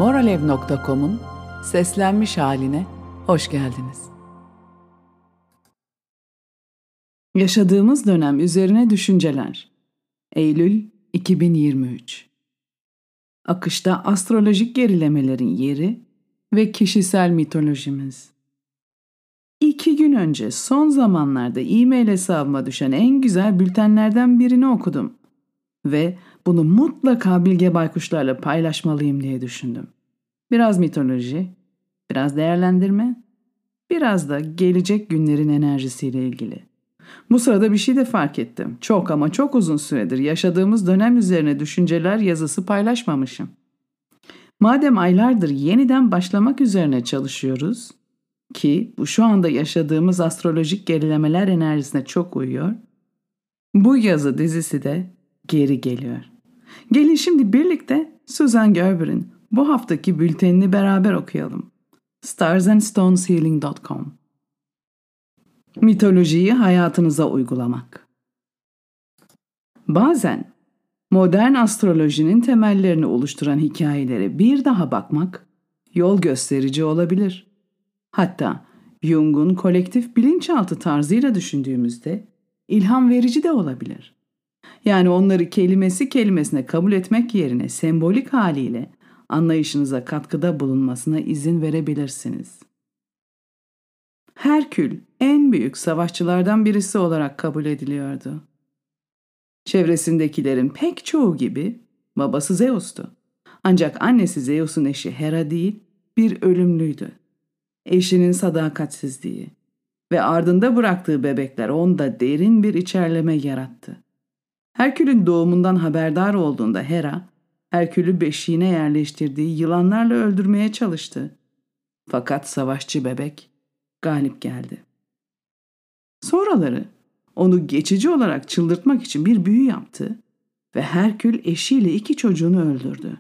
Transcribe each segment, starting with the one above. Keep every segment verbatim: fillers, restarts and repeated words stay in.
moralev nokta com'un seslenmiş haline hoş geldiniz. Yaşadığımız dönem üzerine düşünceler. Eylül iki bin yirmi üç. Akışta astrolojik gerilemelerin yeri ve kişisel mitolojimiz. İki gün önce son zamanlarda e-mail hesabıma düşen en güzel bültenlerden birini okudum. Ve bunu mutlaka Bilge Baykuşlarla paylaşmalıyım diye düşündüm. Biraz mitoloji, biraz değerlendirme, biraz da gelecek günlerin enerjisiyle ilgili. Bu sırada bir şey de fark ettim. Çok ama çok uzun süredir yaşadığımız dönem üzerine düşünceler yazısı paylaşmamışım. Madem aylardır yeniden başlamak üzerine çalışıyoruz, ki bu şu anda yaşadığımız astrolojik gerilemeler enerjisine çok uyuyor, bu yazı dizisi de geri geliyor. Gelin şimdi birlikte Susan Gerber'in bu haftaki bültenini beraber okuyalım. stars and stones healing dot com. Mitolojiyi hayatınıza uygulamak. Bazen modern astrolojinin temellerini oluşturan hikayelere bir daha bakmak yol gösterici olabilir. Hatta Jung'un kolektif bilinçaltı tarzıyla düşündüğümüzde ilham verici de olabilir. Yani onları kelimesi kelimesine kabul etmek yerine sembolik haliyle anlayışınıza katkıda bulunmasına izin verebilirsiniz. Herkül en büyük savaşçılardan birisi olarak kabul ediliyordu. Çevresindekilerin pek çoğu gibi babası Zeus'tu. Ancak annesi Zeus'un eşi Hera değil, bir ölümlüydü. Eşinin sadakatsizliği ve ardında bıraktığı bebekler onda derin bir içerleme yarattı. Herkül'ün doğumundan haberdar olduğunda Hera, Herkül'ü beşiğine yerleştirdiği yılanlarla öldürmeye çalıştı. Fakat savaşçı bebek galip geldi. Sonraları onu geçici olarak çıldırtmak için bir büyü yaptı ve Herkül eşiyle iki çocuğunu öldürdü.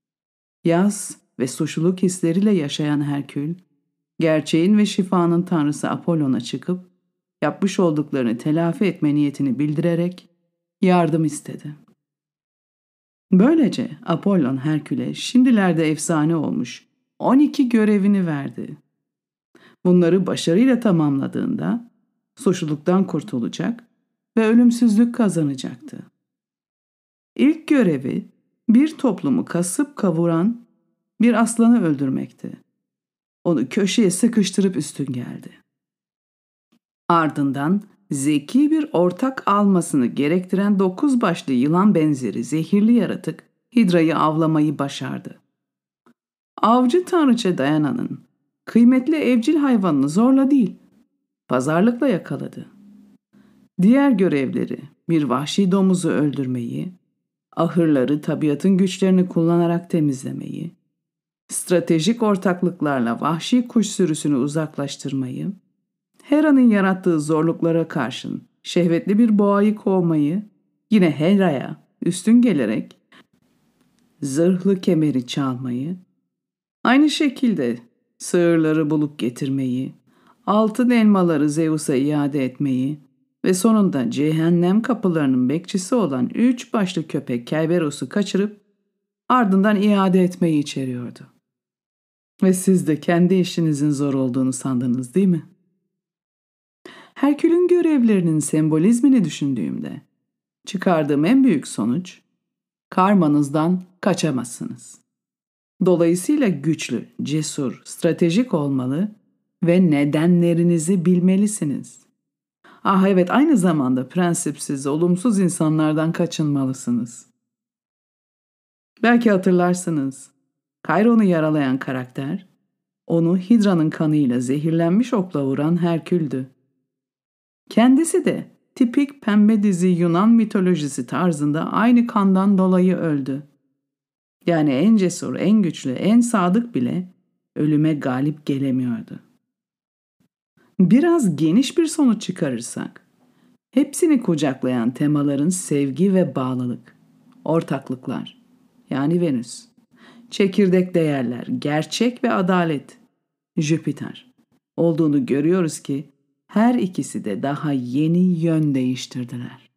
Yaz ve suçluluk hisleriyle yaşayan Herkül, gerçeğin ve şifanın tanrısı Apollon'a çıkıp yapmış olduklarını telafi etme niyetini bildirerek yardım istedi. Böylece Apollon Herkül'e şimdilerde efsane olmuş on iki görevini verdi. Bunları başarıyla tamamladığında suçluluktan kurtulacak ve ölümsüzlük kazanacaktı. İlk görevi bir toplumu kasıp kavuran bir aslanı öldürmekti. Onu köşeye sıkıştırıp üstün geldi. Ardından zeki bir ortak almasını gerektiren dokuz başlı yılan benzeri zehirli yaratık Hidra'yı avlamayı başardı. Avcı tanrıça Diana'nın kıymetli evcil hayvanını zorla değil, pazarlıkla yakaladı. Diğer görevleri bir vahşi domuzu öldürmeyi, ahırları tabiatın güçlerini kullanarak temizlemeyi, stratejik ortaklıklarla vahşi kuş sürüsünü uzaklaştırmayı, Hera'nın yarattığı zorluklara karşın şehvetli bir boğayı kovmayı, yine Hera'ya üstün gelerek zırhlı kemeri çalmayı, aynı şekilde sığırları bulup getirmeyi, altın elmaları Zeus'a iade etmeyi ve sonunda cehennem kapılarının bekçisi olan üç başlı köpek Kerberos'u kaçırıp ardından iade etmeyi içeriyordu. Ve siz de kendi işinizin zor olduğunu sandınız, değil mi? Herkül'ün görevlerinin sembolizmini düşündüğümde çıkardığım en büyük sonuç, karmanızdan kaçamazsınız. Dolayısıyla güçlü, cesur, stratejik olmalı ve nedenlerinizi bilmelisiniz. Ah evet, aynı zamanda prensipsiz, olumsuz insanlardan kaçınmalısınız. Belki hatırlarsınız, Kairon'u yaralayan karakter, onu Hidra'nın kanıyla zehirlenmiş okla vuran Herkül'dü. Kendisi de tipik pembe dizi Yunan mitolojisi tarzında aynı kandan dolayı öldü. Yani en cesur, en güçlü, en sadık bile ölüme galip gelemiyordu. Biraz geniş bir sonuç çıkarırsak, hepsini kucaklayan temaların sevgi ve bağlılık, ortaklıklar, yani Venüs, çekirdek değerler, gerçek ve adalet, Jüpiter olduğunu görüyoruz ki her ikisi de daha yeni yön değiştirdiler.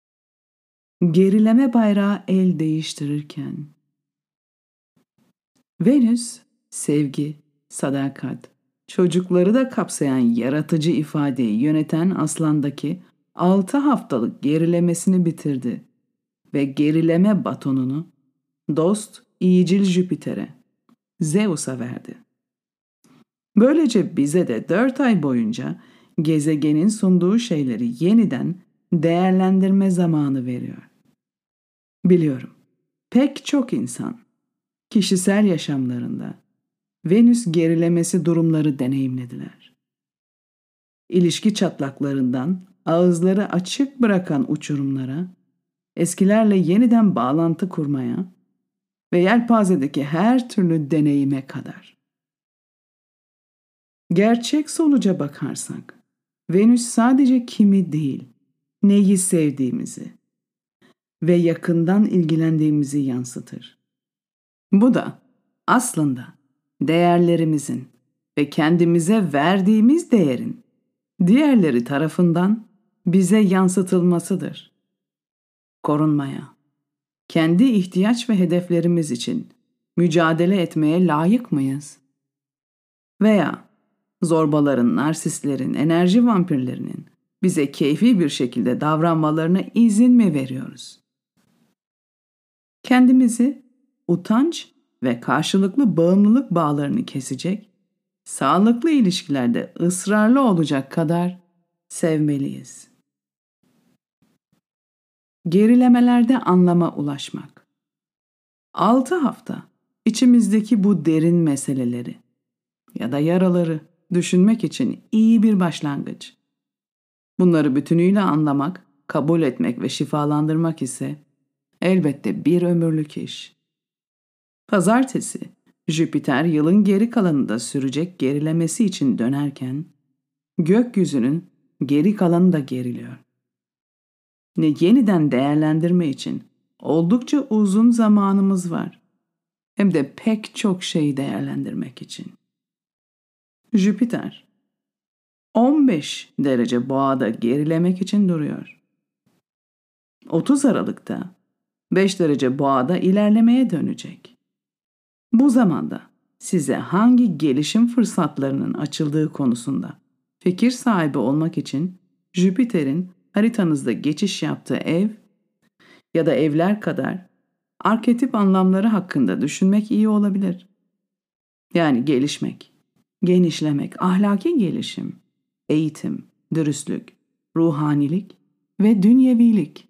Gerileme bayrağı el değiştirirken Venüs, sevgi, sadakat, çocukları da kapsayan yaratıcı ifadeyi yöneten Aslan'daki altı haftalık gerilemesini bitirdi ve gerileme batonunu dost, iyicil Jüpiter'e, Zeus'a verdi. Böylece bize de dört ay boyunca gezegenin sunduğu şeyleri yeniden değerlendirme zamanı veriyor. Biliyorum, pek çok insan kişisel yaşamlarında Venüs gerilemesi durumları deneyimlediler. İlişki çatlaklarından ağızları açık bırakan uçurumlara, eskilerle yeniden bağlantı kurmaya ve yelpazedeki her türlü deneyime kadar. Gerçek sonuca bakarsak, Venüs sadece kimi değil, neyi sevdiğimizi ve yakından ilgilendiğimizi yansıtır. Bu da aslında değerlerimizin ve kendimize verdiğimiz değerin diğerleri tarafından bize yansıtılmasıdır. Korunmaya, kendi ihtiyaç ve hedeflerimiz için mücadele etmeye layık mıyız? Veya zorbaların, narsistlerin, enerji vampirlerinin bize keyfi bir şekilde davranmalarına izin mi veriyoruz? Kendimizi utanç ve karşılıklı bağımlılık bağlarını kesecek, sağlıklı ilişkilerde ısrarlı olacak kadar sevmeliyiz. Gerilemelerde anlama ulaşmak. Altı hafta içimizdeki bu derin meseleleri ya da yaraları düşünmek için iyi bir başlangıç. Bunları bütünüyle anlamak, kabul etmek ve şifalandırmak ise elbette bir ömürlük iş. Pazartesi, Jüpiter yılın geri kalanında sürecek gerilemesi için dönerken, gökyüzünün geri kalanı da geriliyor. Ne yeniden değerlendirme için oldukça uzun zamanımız var, hem de pek çok şeyi değerlendirmek için. Jüpiter, on beş derece boğada gerilemek için duruyor. otuz Aralık'ta beş derece boğada ilerlemeye dönecek. Bu zamanda size hangi gelişim fırsatlarının açıldığı konusunda fikir sahibi olmak için Jüpiter'in haritanızda geçiş yaptığı ev ya da evler kadar arketip anlamları hakkında düşünmek iyi olabilir. Yani gelişmek, genişlemek, ahlaki gelişim, eğitim, dürüstlük, ruhanilik ve dünyevilik.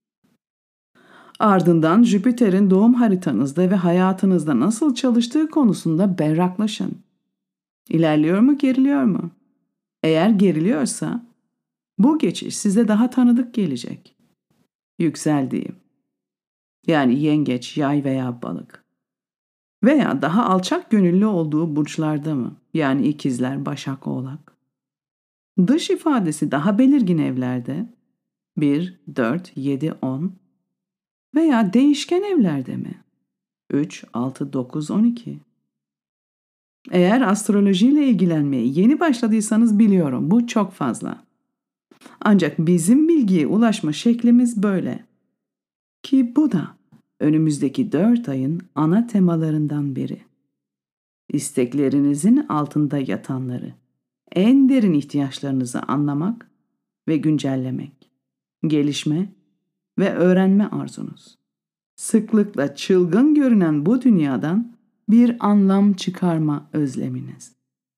Ardından Jüpiter'in doğum haritanızda ve hayatınızda nasıl çalıştığı konusunda berraklaşın. İlerliyor mu, geriliyor mu? Eğer geriliyorsa, bu geçiş size daha tanıdık gelecek. Yükseldiği, yani yengeç, yay veya balık. Veya daha alçak gönüllü olduğu burçlarda mı? Yani ikizler, başak, oğlak. Dış ifadesi daha belirgin evlerde, bir, dört, yedi, on veya değişken evlerde mi? üç, altı, dokuz, on iki. Eğer astrolojiyle ilgilenmeye yeni başladıysanız biliyorum, bu çok fazla. Ancak bizim bilgiye ulaşma şeklimiz böyle. Ki bu da önümüzdeki dört ayın ana temalarından biri. İsteklerinizin altında yatanları, en derin ihtiyaçlarınızı anlamak ve güncellemek, gelişme ve öğrenme arzunuz. Sıklıkla çılgın görünen bu dünyadan bir anlam çıkarma özleminiz.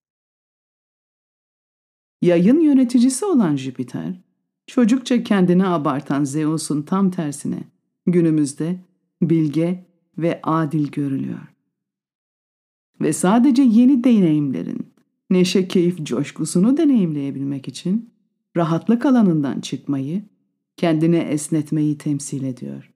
Yayın yöneticisi olan Jüpiter, çocukça kendini abartan Zeus'un tam tersine günümüzde bilge ve adil görülüyor. Ve sadece yeni deneyimlerin, neşe, keyif, coşkusunu deneyimleyebilmek için rahatlık alanından çıkmayı, kendini esnetmeyi temsil ediyor.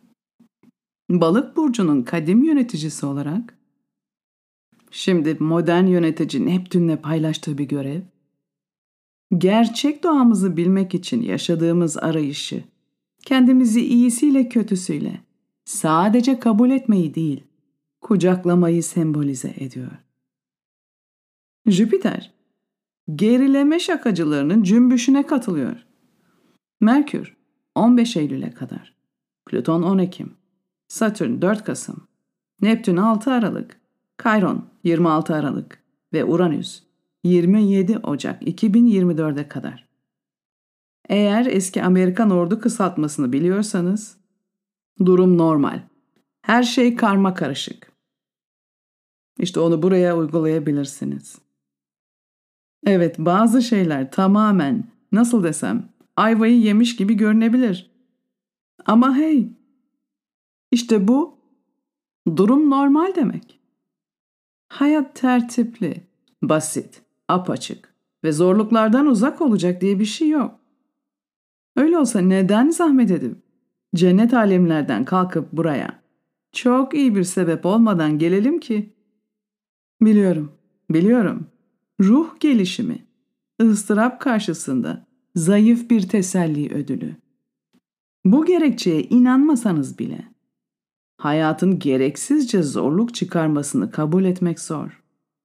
Balık burcunun kadim yöneticisi olarak, şimdi modern yönetici Neptün'le paylaştığı bir görev, gerçek doğamızı bilmek için yaşadığımız arayışı, kendimizi iyisiyle kötüsüyle sadece kabul etmeyi değil, kucaklamayı sembolize ediyor. Jüpiter, gerileme şakacılarının cümbüşüne katılıyor. Merkür, on beş Eylül'e kadar. Plüton on Ekim. Satürn dört Kasım. Neptün altı Aralık. Kayron yirmi altı Aralık ve Uranüs yirmi yedi Ocak iki bin yirmi dörde kadar. Eğer eski Amerikan ordu kısaltmasını biliyorsanız, durum normal. Her şey karma karışık. İşte onu buraya uygulayabilirsiniz. Evet, bazı şeyler tamamen, nasıl desem, ayvayı yemiş gibi görünebilir. Ama hey, işte bu durum normal demek. Hayat tertipli, basit, apaçık ve zorluklardan uzak olacak diye bir şey yok. Öyle olsa neden zahmet edip cennet alemlerden kalkıp buraya çok iyi bir sebep olmadan gelelim ki? Biliyorum, biliyorum. Ruh gelişimi, ıstırap karşısında zayıf bir teselli ödülü. Bu gerekçeye inanmasanız bile, hayatın gereksizce zorluk çıkarmasını kabul etmek zor.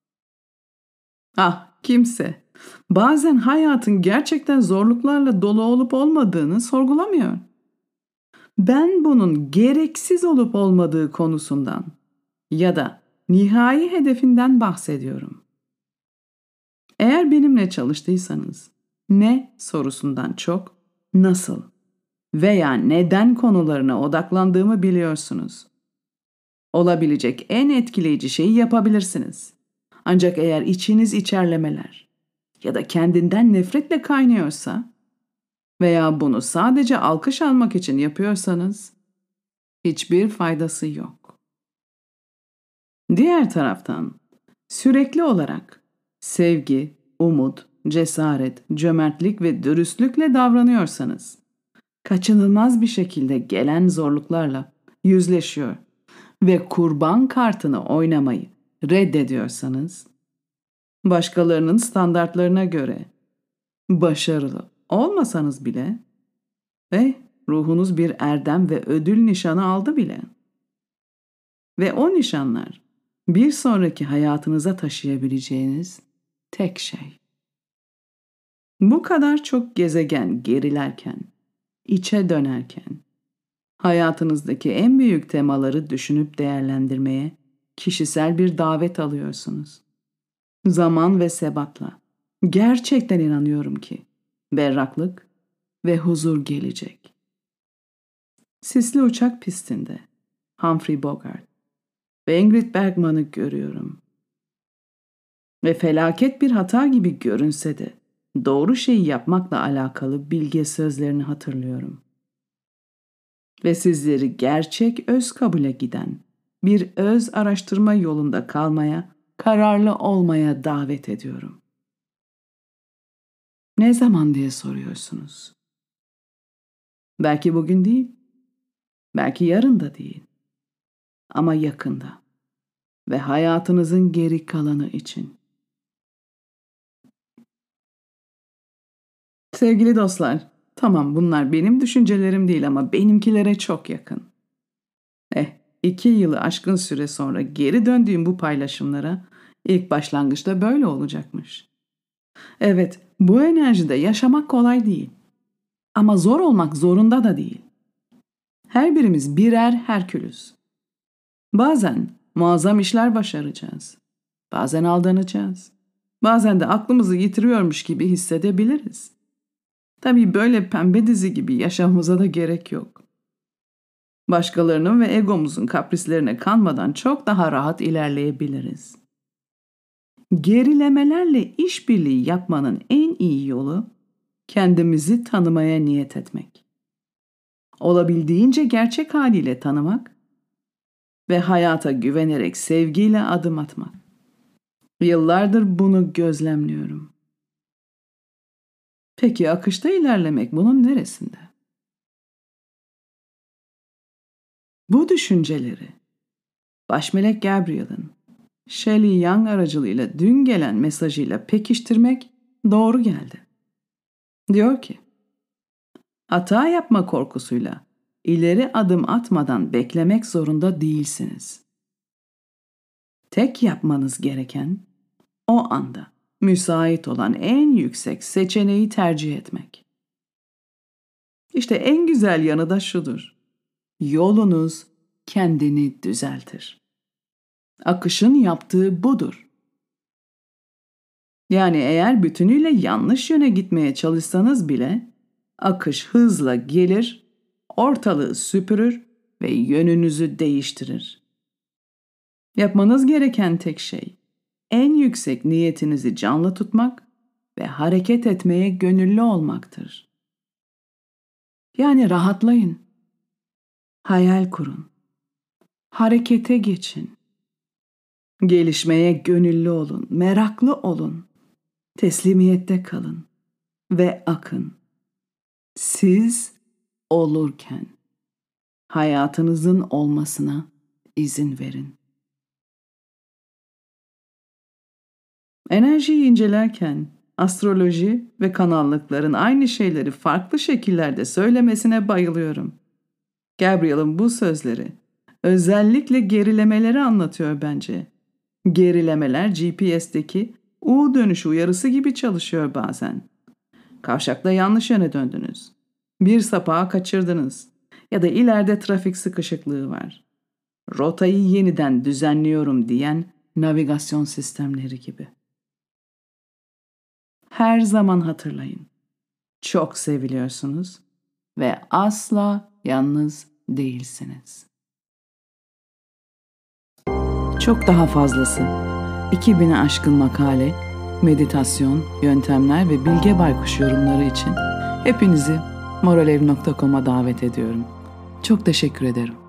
Ah, kimse bazen hayatın gerçekten zorluklarla dolu olup olmadığını sorgulamıyor. Ben bunun gereksiz olup olmadığı konusundan ya da nihai hedefinden bahsediyorum. Eğer benimle çalıştıysanız, ne sorusundan çok nasıl veya neden konularına odaklandığımı biliyorsunuz. Olabilecek en etkileyici şeyi yapabilirsiniz. Ancak eğer içiniz içerlemeler ya da kendinden nefretle kaynıyorsa veya bunu sadece alkış almak için yapıyorsanız hiçbir faydası yok. Diğer taraftan sürekli olarak sevgi, umut, cesaret, cömertlik ve dürüstlükle davranıyorsanız, kaçınılmaz bir şekilde gelen zorluklarla yüzleşiyor ve kurban kartını oynamayı reddediyorsanız, başkalarının standartlarına göre başarılı olmasanız bile ve ruhunuz bir erdem ve ödül nişanı aldı bile ve o nişanlar bir sonraki hayatınıza taşıyabileceğiniz tek şey. Bu kadar çok gezegen gerilerken, içe dönerken, hayatınızdaki en büyük temaları düşünüp değerlendirmeye kişisel bir davet alıyorsunuz. Zaman ve sebatla gerçekten inanıyorum ki berraklık ve huzur gelecek. Sisli uçak pistinde Humphrey Bogart ve Ingrid Bergman'ı görüyorum. Ve felaket bir hata gibi görünse de doğru şeyi yapmakla alakalı bilge sözlerini hatırlıyorum. Ve sizleri gerçek öz kabule giden bir öz araştırma yolunda kalmaya, kararlı olmaya davet ediyorum. Ne zaman diye soruyorsunuz. Belki bugün değil, belki yarın da değil. Ama yakında ve hayatınızın geri kalanı için. Sevgili dostlar, tamam bunlar benim düşüncelerim değil ama benimkilere çok yakın. Eh, iki yılı aşkın süre sonra geri döndüğüm bu paylaşımlara ilk başlangıçta böyle olacakmış. Evet, bu enerjide yaşamak kolay değil. Ama zor olmak zorunda da değil. Her birimiz birer Herkülüs. Bazen muazzam işler başaracağız. Bazen aldanacağız. Bazen de aklımızı yitiriyormuş gibi hissedebiliriz. Tabii böyle pembe dizi gibi yaşamamıza da gerek yok. Başkalarının ve egomuzun kaprislerine kanmadan çok daha rahat ilerleyebiliriz. Gerilemelerle işbirliği yapmanın en iyi yolu kendimizi tanımaya niyet etmek. Olabildiğince gerçek haliyle tanımak ve hayata güvenerek sevgiyle adım atmak. Yıllardır bunu gözlemliyorum. Peki akışta ilerlemek bunun neresinde? Bu düşünceleri Başmelek Gabriel'in Shelley Young aracılığıyla dün gelen mesajıyla pekiştirmek doğru geldi. Diyor ki, hata yapma korkusuyla ileri adım atmadan beklemek zorunda değilsiniz. Tek yapmanız gereken o anda müsait olan en yüksek seçeneği tercih etmek. İşte en güzel yanı da şudur. Yolunuz kendini düzeltir. Akışın yaptığı budur. Yani eğer bütünüyle yanlış yöne gitmeye çalışsanız bile akış hızla gelir, ortalığı süpürür ve yönünüzü değiştirir. Yapmanız gereken tek şey en yüksek niyetinizi canlı tutmak ve hareket etmeye gönüllü olmaktır. Yani rahatlayın, hayal kurun, harekete geçin. Gelişmeye gönüllü olun, meraklı olun, teslimiyette kalın ve akın. Siz olurken hayatınızın olmasına izin verin. Enerjiyi incelerken astroloji ve kanallıkların aynı şeyleri farklı şekillerde söylemesine bayılıyorum. Gabriel'in bu sözleri özellikle gerilemeleri anlatıyor bence. Gerilemeler G P S'teki U dönüşü uyarısı gibi çalışıyor bazen. Kavşakta yanlış yöne döndünüz. Bir sapağı kaçırdınız ya da ileride trafik sıkışıklığı var. Rotayı yeniden düzenliyorum diyen navigasyon sistemleri gibi. Her zaman hatırlayın. Çok seviliyorsunuz ve asla yalnız değilsiniz. Çok daha fazlası. iki bine aşkın makale, meditasyon, yöntemler ve Bilge Baykuş yorumları için hepinizi moralev nokta com'a davet ediyorum. Çok teşekkür ederim.